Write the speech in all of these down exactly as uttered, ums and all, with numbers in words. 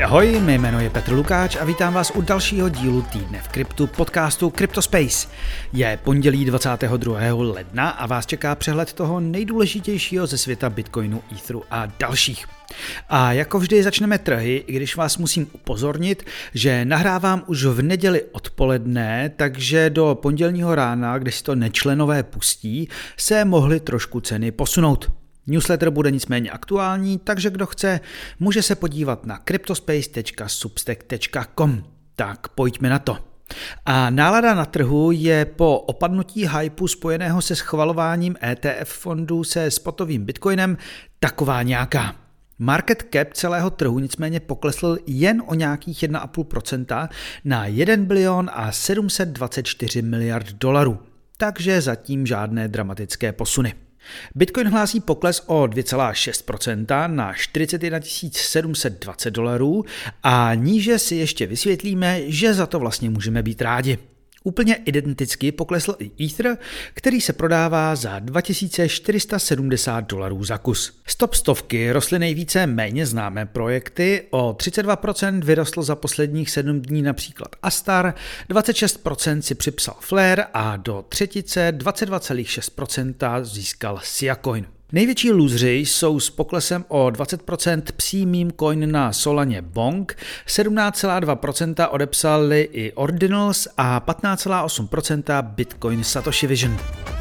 Ahoj, ahoj, mé jméno je Petr Lukáč a vítám vás u dalšího dílu Týdne v kryptu podcastu CryptoSpace. Je pondělí dvacátého druhého ledna a vás čeká přehled toho nejdůležitějšího ze světa Bitcoinu, Etheru a dalších. A jako vždy začneme trhy, i když vás musím upozornit, že nahrávám už v neděli odpoledne, takže do pondělního rána, kdy si to nečlenové pustí, se mohly trošku ceny posunout. Newsletter bude nicméně aktuální, takže kdo chce, může se podívat na cryptospace tečka substack tečka com. Tak pojďme na to. A nálada na trhu je po opadnutí hypeu spojeného se schvalováním E T F fondů se spotovým bitcoinem taková nějaká. Market cap celého trhu nicméně poklesl jen o nějakých jedna celá pět procenta na jeden bilion a sedm set dvacet čtyři miliard dolarů. Takže zatím žádné dramatické posuny. Bitcoin hlásí pokles o dvě celá šest procenta na čtyřicet jedna tisíc sedm set dvacet dolarů a níže si ještě vysvětlíme, že za to vlastně můžeme být rádi. Úplně identicky poklesl i Ether, který se prodává za dva tisíce čtyři sta sedmdesát dolarů za kus. Z top stovky rostly nejvíce méně známé projekty, o třicet dva procent vyrostl za posledních sedm dní například Astar, dvacet šest procent si připsal Flare a do třetice dvacet dva celá šest procenta získal Siacoin. Největší lůzři jsou s poklesem o dvacet procent psí meme coin na Solaně Bonk, sedmnáct celá dva procenta odepsali i Ordinals a patnáct celá osm procenta Bitcoin Satoshi Vision.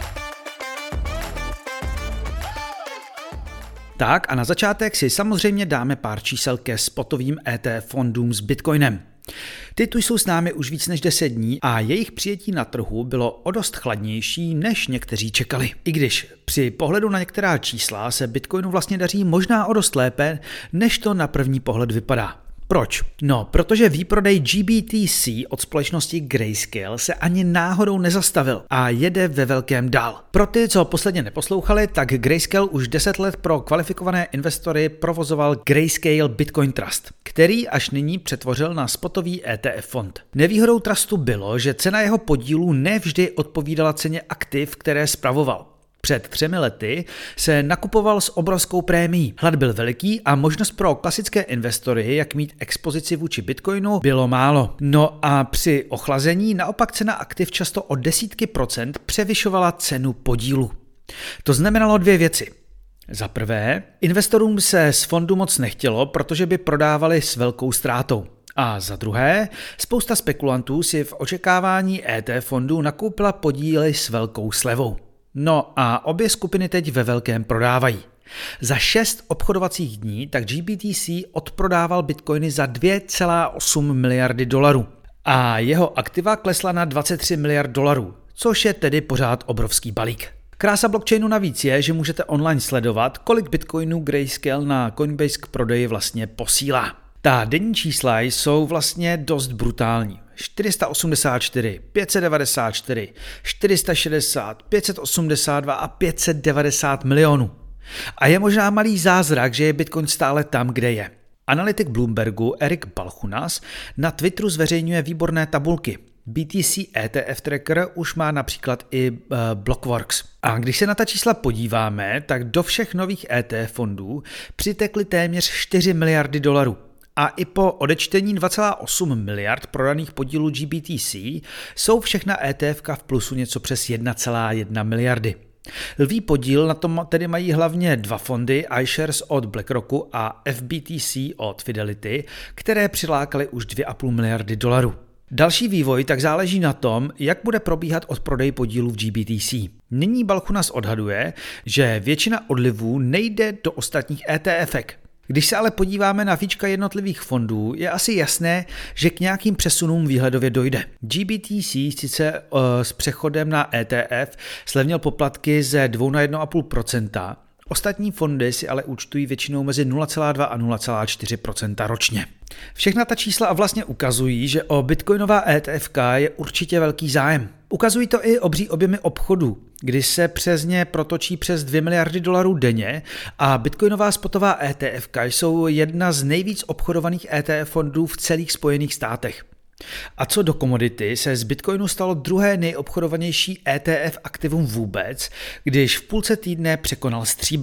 Tak a na začátek si samozřejmě dáme pár čísel ke spotovým E T F fondům s Bitcoinem. Ty tu jsou s námi už víc než deset dní a jejich přijetí na trhu bylo o dost chladnější, než někteří čekali. I když při pohledu na některá čísla se Bitcoinu vlastně daří možná o dost lépe, než to na první pohled vypadá. Proč? No, protože výprodej G B T C od společnosti Grayscale se ani náhodou nezastavil a jede ve velkém dál. Pro ty, co posledně neposlouchali, tak Grayscale už deset let pro kvalifikované investory provozoval Grayscale Bitcoin Trust, který až nyní přetvořil na spotový E T F fond. Nevýhodou trustu bylo, že cena jeho podílů nevždy odpovídala ceně aktiv, které spravoval. Před třemi lety se nakupoval s obrovskou prémií. Hlad byl veliký a možnost pro klasické investory, jak mít expozici vůči Bitcoinu, bylo málo. No a při ochlazení naopak cena aktiv často o desítky procent převyšovala cenu podílu. To znamenalo dvě věci. Za prvé, investorům se z fondu moc nechtělo, protože by prodávali s velkou ztrátou. A za druhé, spousta spekulantů si v očekávání E T F fondů nakoupila podíly s velkou slevou. No a obě skupiny teď ve velkém prodávají. Za šest obchodovacích dní tak G B T C odprodával bitcoiny za dvě celá osm miliardy dolarů. A jeho aktiva klesla na dvacet tři miliard dolarů, což je tedy pořád obrovský balík. Krása blockchainu navíc je, že můžete online sledovat, kolik bitcoinů Grayscale na Coinbase k prodeji vlastně posílá. Ta denní čísla jsou vlastně dost brutální. čtyři sta osmdesát čtyři, pět set devadesát čtyři, čtyři sta šedesát, pět set osmdesát dva a pět set devadesát milionů. A je možná malý zázrak, že je Bitcoin stále tam, kde je. Analytik Bloombergu Eric Balchunas na Twitteru zveřejňuje výborné tabulky. B T C E T F Tracker už má například i uh, Blockworks. A když se na ta čísla podíváme, tak do všech nových E T F fondů přitekly téměř čtyři miliardy dolarů. A i po odečtení dva celá osm miliard prodaných podílů G B T C jsou všechna E T F ka v plusu něco přes jedna celá jedna miliardy. Lví podíl na tom tedy mají hlavně dva fondy, iShares od BlackRocku a F B T C od Fidelity, které přilákaly už dvě celá pět miliardy dolarů. Další vývoj tak záleží na tom, jak bude probíhat odprodej podílů v G B T C. Nyní Balchunas odhaduje, že většina odlivů nejde do ostatních E T F ek. Když se ale podíváme na víčka jednotlivých fondů, je asi jasné, že k nějakým přesunům výhledově dojde. G B T C sice uh, s přechodem na E T F slevnil poplatky ze dva na jedna celá pět procenta, ostatní fondy si ale účtují většinou mezi nula celá dva a nula celá čtyři procenta ročně. Všechna ta čísla vlastně ukazují, že o bitcoinová E T F ka je určitě velký zájem. Ukazují to i obří objemy obchodů, kdy se přes ně protočí přes dvě miliardy dolarů denně a bitcoinová spotová E T F ka jsou jedna z nejvíc obchodovaných E T F fondů v celých Spojených státech. A co do komodity, se z Bitcoinu stalo druhé nejobchodovanější E T F aktivum vůbec, když v půlce týdne překonal stříbro.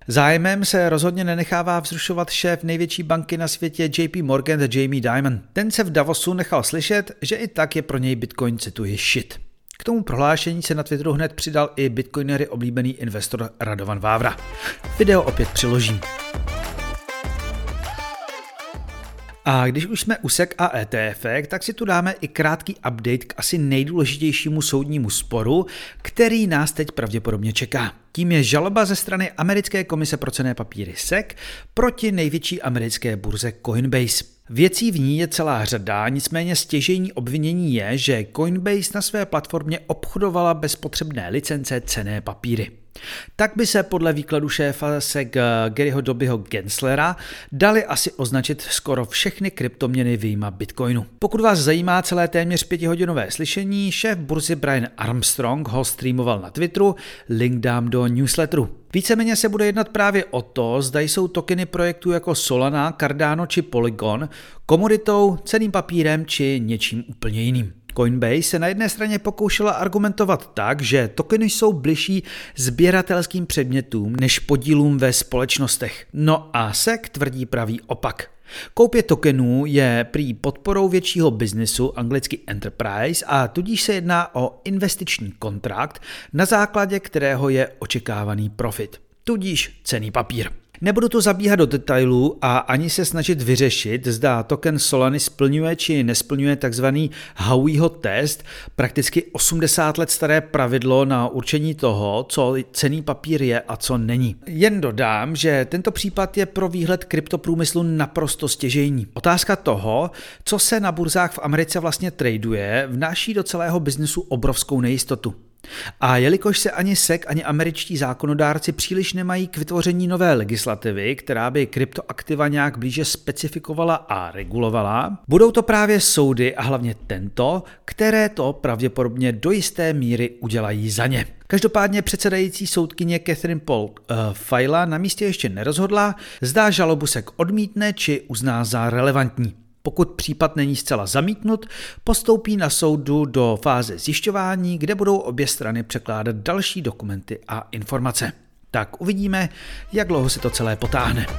Zájmem se rozhodně nenechává vzrušovat šéf největší banky na světě J P Morgan Jamie Dimon. Ten se v Davosu nechal slyšet, že i tak je pro něj Bitcoin, cituji, shit. K tomu prohlášení se na Twitteru hned přidal i bitcoinery oblíbený investor Radovan Vávra. Video opět přiložím. A když už jsme u S E C a E T F, tak si tu dáme i krátký update k asi nejdůležitějšímu soudnímu sporu, který nás teď pravděpodobně čeká. Tím je žaloba ze strany americké komise pro cenné papíry S E C proti největší americké burze Coinbase. Věcí v ní je celá řada, nicméně stěžejní obvinění je, že Coinbase na své platformě obchodovala bez potřebné licence cenné papíry. Tak by se podle výkladu šéfa S E C Garyho Dobyho Genslera dali asi označit skoro všechny kryptoměny vyjma Bitcoinu. Pokud vás zajímá celé téměř pětihodinové slyšení, šéf burzy Brian Armstrong ho streamoval na Twitteru, link dám do newsletteru. Víceméně se bude jednat právě o to, zda jsou tokeny projektů jako Solana, Cardano či Polygon komoditou, cenným papírem či něčím úplně jiným. Coinbase se na jedné straně pokoušela argumentovat tak, že tokeny jsou bližší sběratelským předmětům než podílům ve společnostech. No a S E C tvrdí pravý opak. Koupě tokenů je prý podporou většího biznesu, anglicky enterprise, a tudíž se jedná o investiční kontrakt, na základě kterého je očekávaný profit, tudíž cenný papír. Nebudu tu zabíhat do detailů a ani se snažit vyřešit, zda token Solany splňuje či nesplňuje takzvaný Howeyho test, prakticky osmdesát let staré pravidlo na určení toho, co cenný papír je a co není. Jen dodám, že tento případ je pro výhled kryptoprůmyslu naprosto stěžejní. Otázka toho, co se na burzách v Americe vlastně traduje, vnáší do celého biznesu obrovskou nejistotu. A jelikož se ani S E C, ani američtí zákonodárci příliš nemají k vytvoření nové legislativy, která by kryptoaktiva nějak blíže specifikovala a regulovala, budou to právě soudy a hlavně tento, které to pravděpodobně do jisté míry udělají za ně. Každopádně předsedající soudkyně Catherine Paul uh, Fajla na místě ještě nerozhodla, zda žalobu S E C odmítne či uzná za relevantní. Pokud případ není zcela zamítnut, postoupí na soudu do fáze zjišťování, kde budou obě strany překládat další dokumenty a informace. Tak uvidíme, jak dlouho se to celé potáhne.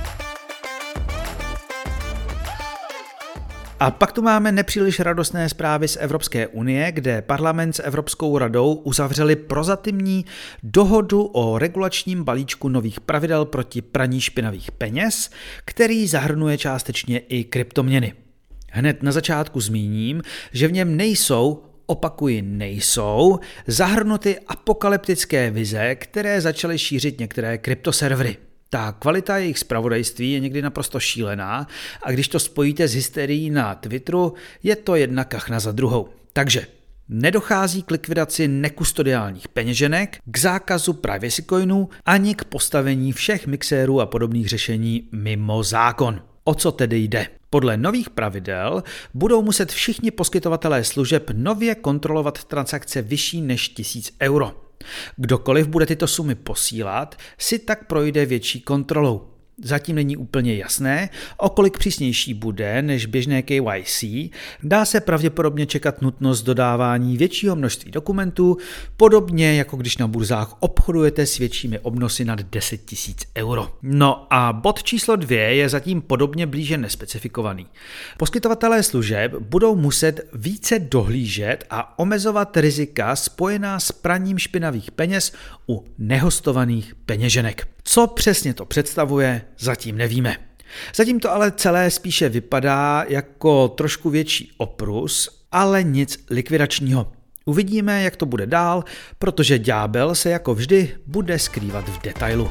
A pak tu máme nepříliš radostné zprávy z Evropské unie, kde parlament s Evropskou radou uzavřeli prozatímní dohodu o regulačním balíčku nových pravidel proti praní špinavých peněz, který zahrnuje částečně i kryptoměny. Hned na začátku zmíním, že v něm nejsou, opakuji nejsou, zahrnuty apokalyptické vize, které začaly šířit některé kryptoservery. Ta kvalita jejich zpravodajství je někdy naprosto šílená a když to spojíte s hysterií na Twitteru, je to jedna kachna za druhou. Takže nedochází k likvidaci nekustodiálních peněženek, k zákazu privacy coinů ani k postavení všech mixérů a podobných řešení mimo zákon. O co tedy jde? Podle nových pravidel budou muset všichni poskytovatelé služeb nově kontrolovat transakce vyšší než tisíc euro. Kdokoliv bude tyto sumy posílat, si tak projde větší kontrolou. Zatím není úplně jasné, o kolik přísnější bude než běžné K Y C, dá se pravděpodobně čekat nutnost dodávání většího množství dokumentů, podobně jako když na burzách obchodujete s většími obnosy nad deset tisíc euro. No a bod číslo dvě je zatím podobně blíže nespecifikovaný. Poskytovatelé služeb budou muset více dohlížet a omezovat rizika spojená s praním špinavých peněz u nehostovaných peněženek. Co přesně to představuje, zatím nevíme. Zatím to ale celé spíše vypadá jako trošku větší oprus, ale nic likvidačního. Uvidíme, jak to bude dál, protože ďábel se jako vždy bude skrývat v detailu.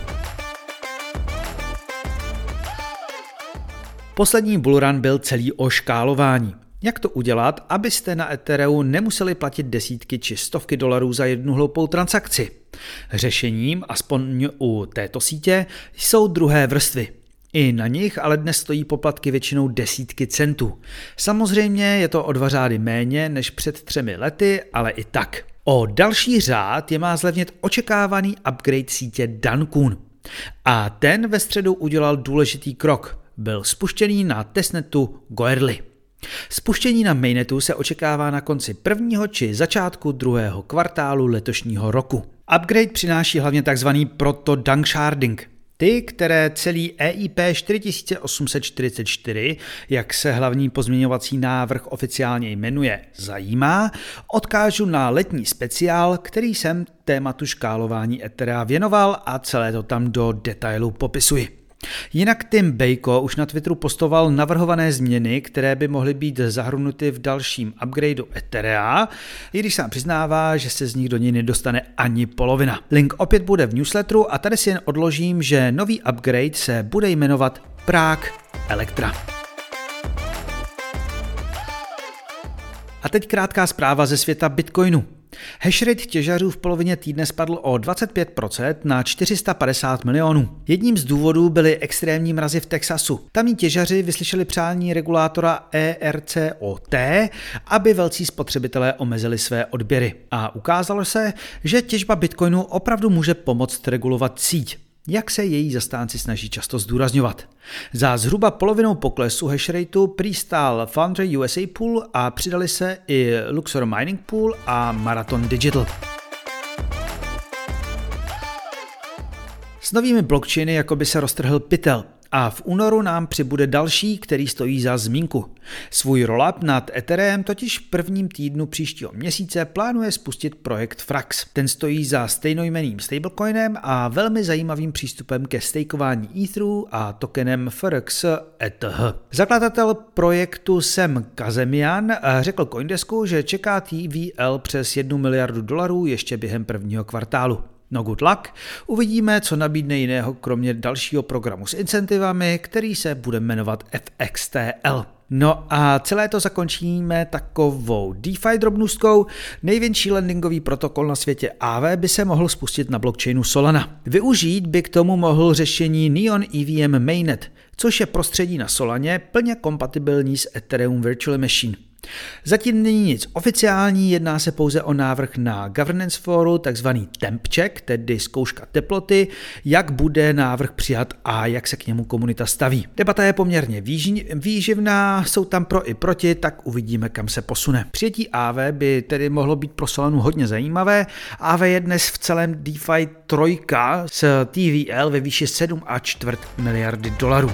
Poslední bullrun byl celý o škálování. Jak to udělat, abyste na Ethereu nemuseli platit desítky či stovky dolarů za jednu hloupou transakci? Řešením, aspoň u této sítě, jsou druhé vrstvy. I na nich ale dnes stojí poplatky většinou desítky centů. Samozřejmě je to o dva řády méně než před třemi lety, ale i tak. O další řád je má zlevnit očekávaný upgrade sítě Dankun. A ten ve středu udělal důležitý krok. Byl spuštěný na testnetu Goerli. Spuštění na mainnetu se očekává na konci prvního či začátku druhého kvartálu letošního roku. Upgrade přináší hlavně tzv. proto-danksharding. Ty, které celý E I P čtyři tisíce osm set čtyřicet čtyři, jak se hlavní pozměňovací návrh oficiálně jmenuje, zajímá, odkážu na letní speciál, který jsem tématu škálování Etherea věnoval a celé to tam do detailu popisuji. Jinak Tim Bejko už na Twitteru postoval navrhované změny, které by mohly být zahrnuty v dalším upgradeu Etherea, i když sám přiznává, že se z nich do něj nedostane ani polovina. Link opět bude v newsletteru a tady si jen odložím, že nový upgrade se bude jmenovat Prague Elektra. A teď krátká zpráva ze světa Bitcoinu. Hashrate těžařů v polovině týdne spadl o dvacet pět procent na čtyři sta padesát milionů. Jedním z důvodů byly extrémní mrazy v Texasu. Tamní těžaři vyslyšeli přání regulátora E R C O T, aby velcí spotřebitelé omezili své odběry. A ukázalo se, že těžba Bitcoinu opravdu může pomoct regulovat síť, jak se její zastánci snaží často zdůrazňovat. Za zhruba polovinou poklesu hashrateu prý stál Foundry U S A Pool a přidali se i Luxor Mining Pool a Marathon Digital. S novými blockchainy jako by se roztrhl pytel. A v únoru nám přibude další, který stojí za zmínku. Svůj rollup nad Ethereum totiž v prvním týdnu příštího měsíce plánuje spustit projekt Frax. Ten stojí za stejnojmenným stablecoinem a velmi zajímavým přístupem ke stakeování Etheru a tokenem F R X E T H. Zakladatel projektu Sam Kazemian řekl Coindesku, že čeká T V L přes jednu miliardu dolarů ještě během prvního kvartálu. No good luck, uvidíme, co nabídne jiného kromě dalšího programu s incentivami, který se bude jmenovat F X T L. No a celé to zakončíme takovou DeFi drobnůstkou. Největší lendingový protokol na světě A V by se mohl spustit na blockchainu Solana. Využít by k tomu mohl řešení Neon E V M Mainnet, což je prostředí na Solaně plně kompatibilní s Ethereum Virtual Machine. Zatím není nic oficiální, jedná se pouze o návrh na governance foru, takzvaný temp check, tedy zkouška teploty, jak bude návrh přijat a jak se k němu komunita staví. Debata je poměrně výživná, jsou tam pro i proti, tak uvidíme, kam se posune. Přijetí A V by tedy mohlo být pro Solanu hodně zajímavé. A V je dnes v celém DeFi trojka s T V L ve výši sedm a čtvrt miliardy dolarů.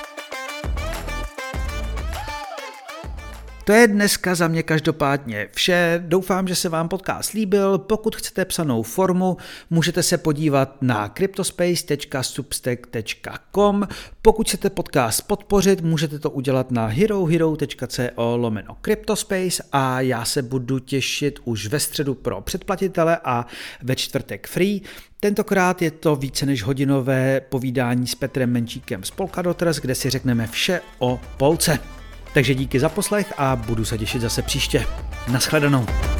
To je dneska za mě každopádně vše. Doufám, že se vám podcast líbil. Pokud chcete psanou formu, můžete se podívat na cryptospace tečka substack tečka com. Pokud chcete podcast podpořit, můžete to udělat na herohero tečka co lomeno cryptospace a já se budu těšit už ve středu pro předplatitele a ve čtvrtek free. Tentokrát je to více než hodinové povídání s Petrem Menčíkem z Polkadot, kde si řekneme vše o polce. Takže díky za poslech a budu se těšit zase příště. Naschledanou.